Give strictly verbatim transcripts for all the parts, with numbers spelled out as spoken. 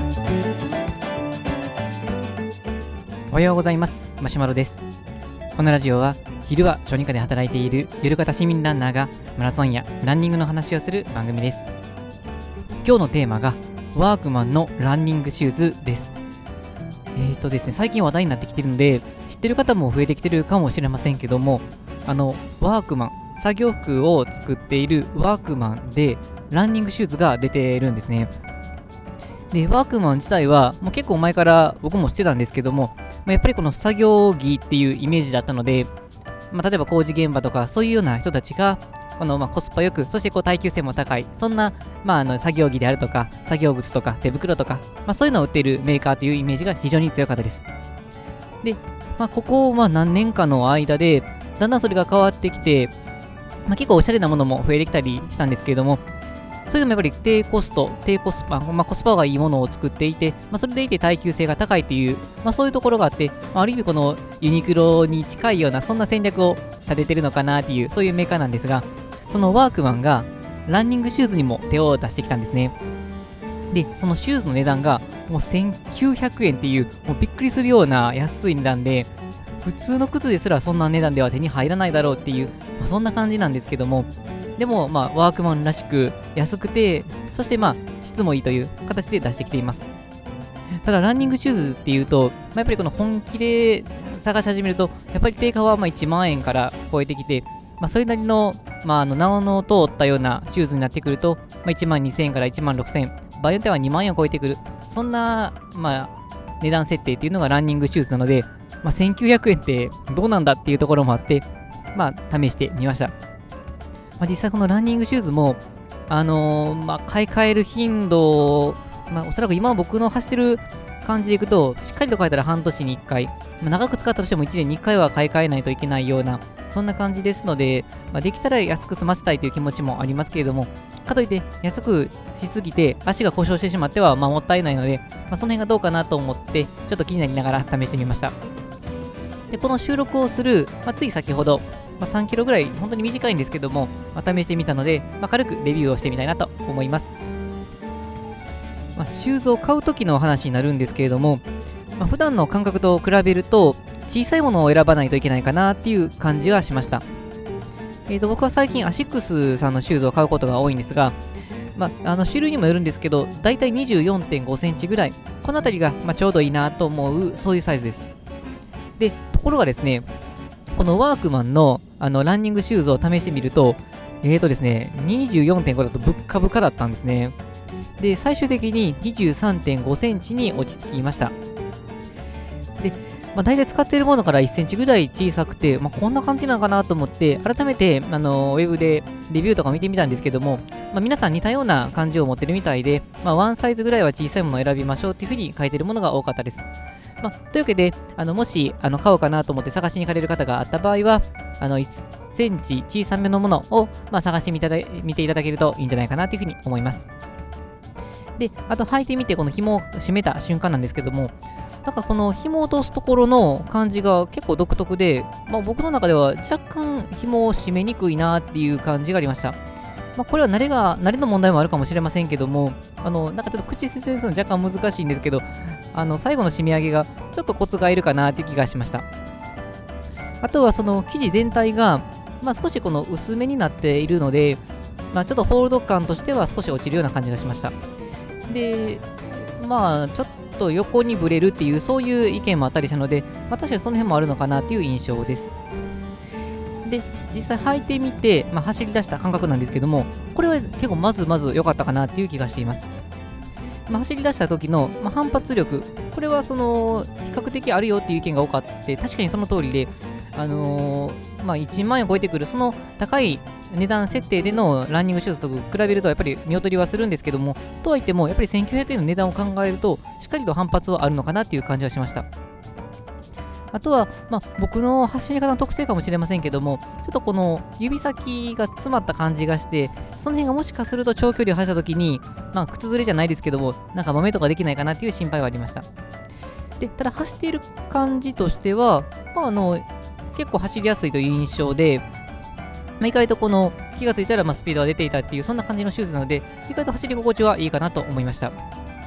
おはようございます。マシュマロです。このラジオは昼は小児科で働いている夜型市民ランナーがマラソンやランニングの話をする番組です。今日のテーマがワークマンのランニングシューズです。えーとですね、最近話題になってきているので知ってる方も増えてきてるかもしれませんけども、あのワークマン、作業服を作っているワークマンでランニングシューズが出ているんですね。で、ワークマン自体はもう結構前から僕もしてたんですけども、まあ、やっぱりこの作業着っていうイメージだったので、まあ、例えば工事現場とかそういうような人たちがこのまあコスパよく、そしてこう耐久性も高い、そんな、まあ、あの作業着であるとか作業靴とか手袋とか、まあ、そういうのを売っているメーカーというイメージが非常に強かったです。で、まあ、ここまあ何年かの間でだんだんそれが変わってきて、まあ、結構おしゃれなものも増えてきたりしたんですけれども、それでもやっぱり低コスト、低コスパ、まあ、コスパがいいものを作っていて、まあ、それでいて耐久性が高いという、まあ、そういうところがあって、まあ、ある意味このユニクロに近いような、そんな戦略を立ててるのかなっていう、そういうメーカーなんですが、そのワークマンがランニングシューズにも手を出してきたんですね。で、そのシューズの値段がもうせんきゅうひゃくえんっていう、もうびっくりするような安い値段で、普通の靴ですらそんな値段では手に入らないだろうっていう、まあ、そんな感じなんですけども、でも、まあ、ワークマンらしく安くて、そしてまあ質もいいという形で出してきています。ただランニングシューズっていうと、まあ、やっぱりこの本気で探し始めると、やっぱり定価はまあいちまんえんから超えてきて、まあ、それなりの、まあ、あの名の通ったようなシューズになってくると、まあ、いちまんにせんえんからいちまんろくせんえん、場合によってはにまんえんを超えてくる、そんな、まあ、値段設定っていうのがランニングシューズなので、まあ、せんきゅうひゃくえんってどうなんだっていうところもあって、まあ、試してみました。まあ、実際このランニングシューズも、あのーまあ、買い替える頻度、まあ、おそらく今僕の走ってる感じでいくと、しっかりと変えたら半年にいっかい、まあ、長く使ったとしてもいちねんにいっかいは買い替えないといけないような、そんな感じですので、まあ、できたら安く済ませたいという気持ちもありますけれども、かといって安くしすぎて足が故障してしまっては、まあ、もったいないので、まあ、その辺がどうかなと思って、ちょっと気になりながら試してみました。で、この収録をする、まあ、つい先ほど、まあ、さんキロぐらい、本当に短いんですけども、まあ、試してみたので、まあ、軽くレビューをしてみたいなと思います。まあ、シューズを買う時の話になるんですけれども、まあ、普段の感覚と比べると、小さいものを選ばないといけないかなっていう感じがしました。えーと、僕は最近アシックスさんのシューズを買うことが多いんですが、まあ、あの種類にもよるんですけど、だいたいにじゅうよんてんごセンチぐらい、この辺りがまあちょうどいいなと思う、そういうサイズです。で、ところがですね、このワークマンのあのランニングシューズを試してみると、えーとですね、にじゅうよんてんごだとぶっかぶかだったんですね。で、最終的ににじゅうさんてんごセンチに落ち着きました。で、まあ、大体使っているものからいっセンチぐらい小さくて、まあ、こんな感じなのかなと思って、改めてあのウェブでレビューとか見てみたんですけども、まあ、皆さん似たような感じを持ってるみたいで、まあ、ワンサイズぐらいは小さいものを選びましょうっていうふうに書いてるものが多かったです。まあ、というわけで、あのもしあの買おうかなと思って探しに行かれる方があった場合は、あのいっセンチ小さめのものを、まあ、探してみただ見ていただけるといいんじゃないかなというふうに思います。で、あと履いてみて、この紐を締めた瞬間なんですけども、なんかこの紐を落とすところの感じが結構独特で、まあ、僕の中では若干紐を締めにくいなっていう感じがありました。まあ、これは慣れが、慣れの問題もあるかもしれませんけども、あの、なんかちょっと口説明するの若干難しいんですけど、あの、最後の締め上げがちょっとコツがいるかなっていう気がしました。あとはその生地全体が、まあ、少しこの薄めになっているので、まあ、ちょっとホールド感としては少し落ちるような感じがしました。で、まあ、ちょっと横にぶれるっていう、そういう意見もあったりしたので、まあ、確かにその辺もあるのかなっていう印象です。で、実際履いてみて、まあ、走り出した感覚なんですけども、これは結構まずまず良かったかなっていう気がしています。まあ、走り出した時の、まあ、反発力、これはその比較的あるよっていう意見が多かった。確かにその通りで、あのーまあ、いちまんえんを超えてくるその高い値段設定でのランニングシューズと比べるとやっぱり見劣りはするんですけども、とはいってもやっぱりせんきゅうひゃくえんの値段を考えるとしっかりと反発はあるのかなっていう感じがしました。あとは、まあ、僕の走り方の特性かもしれませんけども、ちょっとこの指先が詰まった感じがして、その辺がもしかすると長距離を走った時に、まあ、靴ずれじゃないですけども、なんか豆とかできないかなっていう心配はありました。で、ただ走っている感じとしては、まあ、あの結構走りやすいという印象で、まあ、意外とこの気がついたらまあスピードが出ていたっていうそんな感じのシューズなので、意外と走り心地はいいかなと思いました。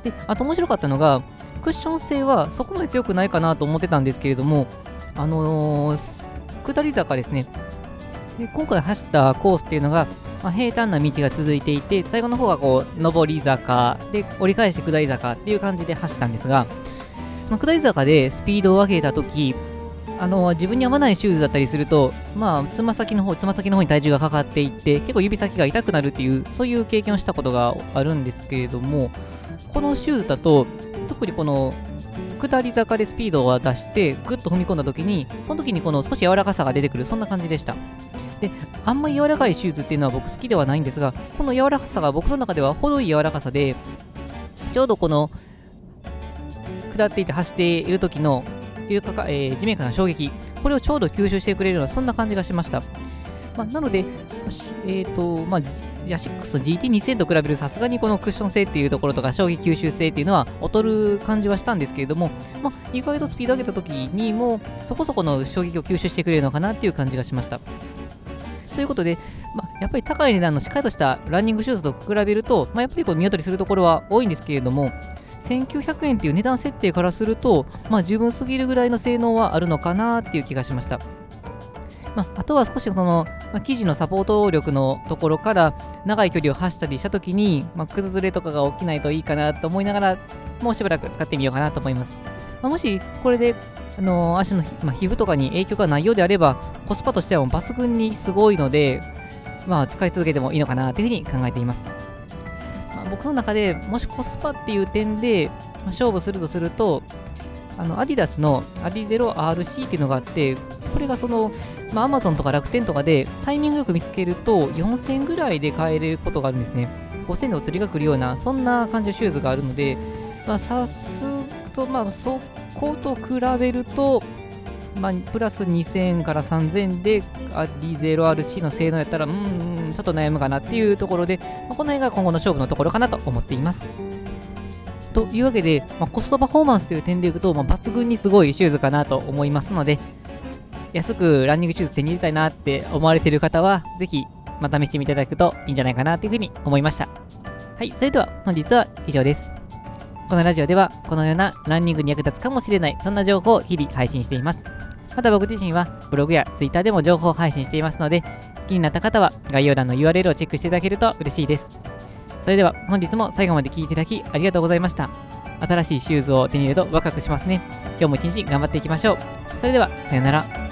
で、あと面白かったのが、クッション性はそこまで強くないかなと思ってたんですけれども、あのー、下り坂ですね。で、今回走ったコースっていうのが、まあ、平坦な道が続いていて、最後の方がこう、上り坂で折り返して下り坂っていう感じで走ったんですが、その下り坂でスピードを上げたとき、あのー、自分に合わないシューズだったりすると、まあ、つま先の方、つま先の方に体重がかかっていって、結構指先が痛くなるっていう、そういう経験をしたことがあるんですけれども、このシューズだと、特にこの下り坂でスピードを出してグッと踏み込んだ時に、その時にこの少し柔らかさが出てくる、そんな感じでした。で、あんまり柔らかいシューズっていうのは僕好きではないんですが、この柔らかさが僕の中では程いい柔らかさで、ちょうどこの下っていて走っている時の床か、えー地面からの衝撃、これをちょうど吸収してくれるような、そんな感じがしました。まあ、なので、えっ、と、まあ、ヤシックスの ジーティーにせん と比べるさすがにこのクッション性っていうところとか衝撃吸収性っていうのは劣る感じはしたんですけれども、まあ、意外とスピード上げた時にもそこそこの衝撃を吸収してくれるのかなっていう感じがしました。ということで、まあ、やっぱり高い値段のしっかりとしたランニングシューズと比べると、まあ、やっぱりこう見当たりするところは多いんですけれども、せんきゅうひゃくえんっていう値段設定からすると、まあ、十分すぎるぐらいの性能はあるのかなっていう気がしました。まあ、あとは少しその、まあ、生地のサポート力のところから長い距離を走ったりしたときに、まあ、崩れとかが起きないといいかなと思いながら、もうしばらく使ってみようかなと思います。まあ、もしこれで、あのー足のひ、まあ、皮膚とかに影響がないようであれば、コスパとしてはもう抜群にすごいので、まあ、使い続けてもいいのかなというふうに考えています。まあ、僕の中でもしコスパっていう点で、まあ、勝負するとすると、あのアディダスのアディゼロ アールシー っていうのがあって、これがその、まあ、Amazon とか楽天とかでタイミングよく見つけるとよんせんえんぐらいで買えることがあるんですね。ごせんえんでお釣りが来るような、そんな感じのシューズがあるので、まあ、さすと、まあ、そこと比べると、まあ、プラスにせんえんからさんぜんえんでアディゼロ アールシー の性能やったら、うん、うんちょっと悩むかなっていうところで、まあ、この辺が今後の勝負のところかなと思っています。というわけで、まあ、コストパフォーマンスという点でいくと、まあ、抜群にすごいシューズかなと思いますので、安くランニングシューズ手に入れたいなって思われている方は、ぜひ、まあ、試してみていただくといいんじゃないかなというふうに思いました。はい、それでは本日は以上です。このラジオでは、このようなランニングに役立つかもしれない、そんな情報を日々配信しています。また僕自身はブログやツイッターでも情報を配信していますので、気になった方は概要欄の ユーアールエル をチェックしていただけると嬉しいです。それでは本日も最後まで聞いていただきありがとうございました。新しいシューズを手に入れるとワクワクしますね。今日も一日頑張っていきましょう。それでは、さよなら。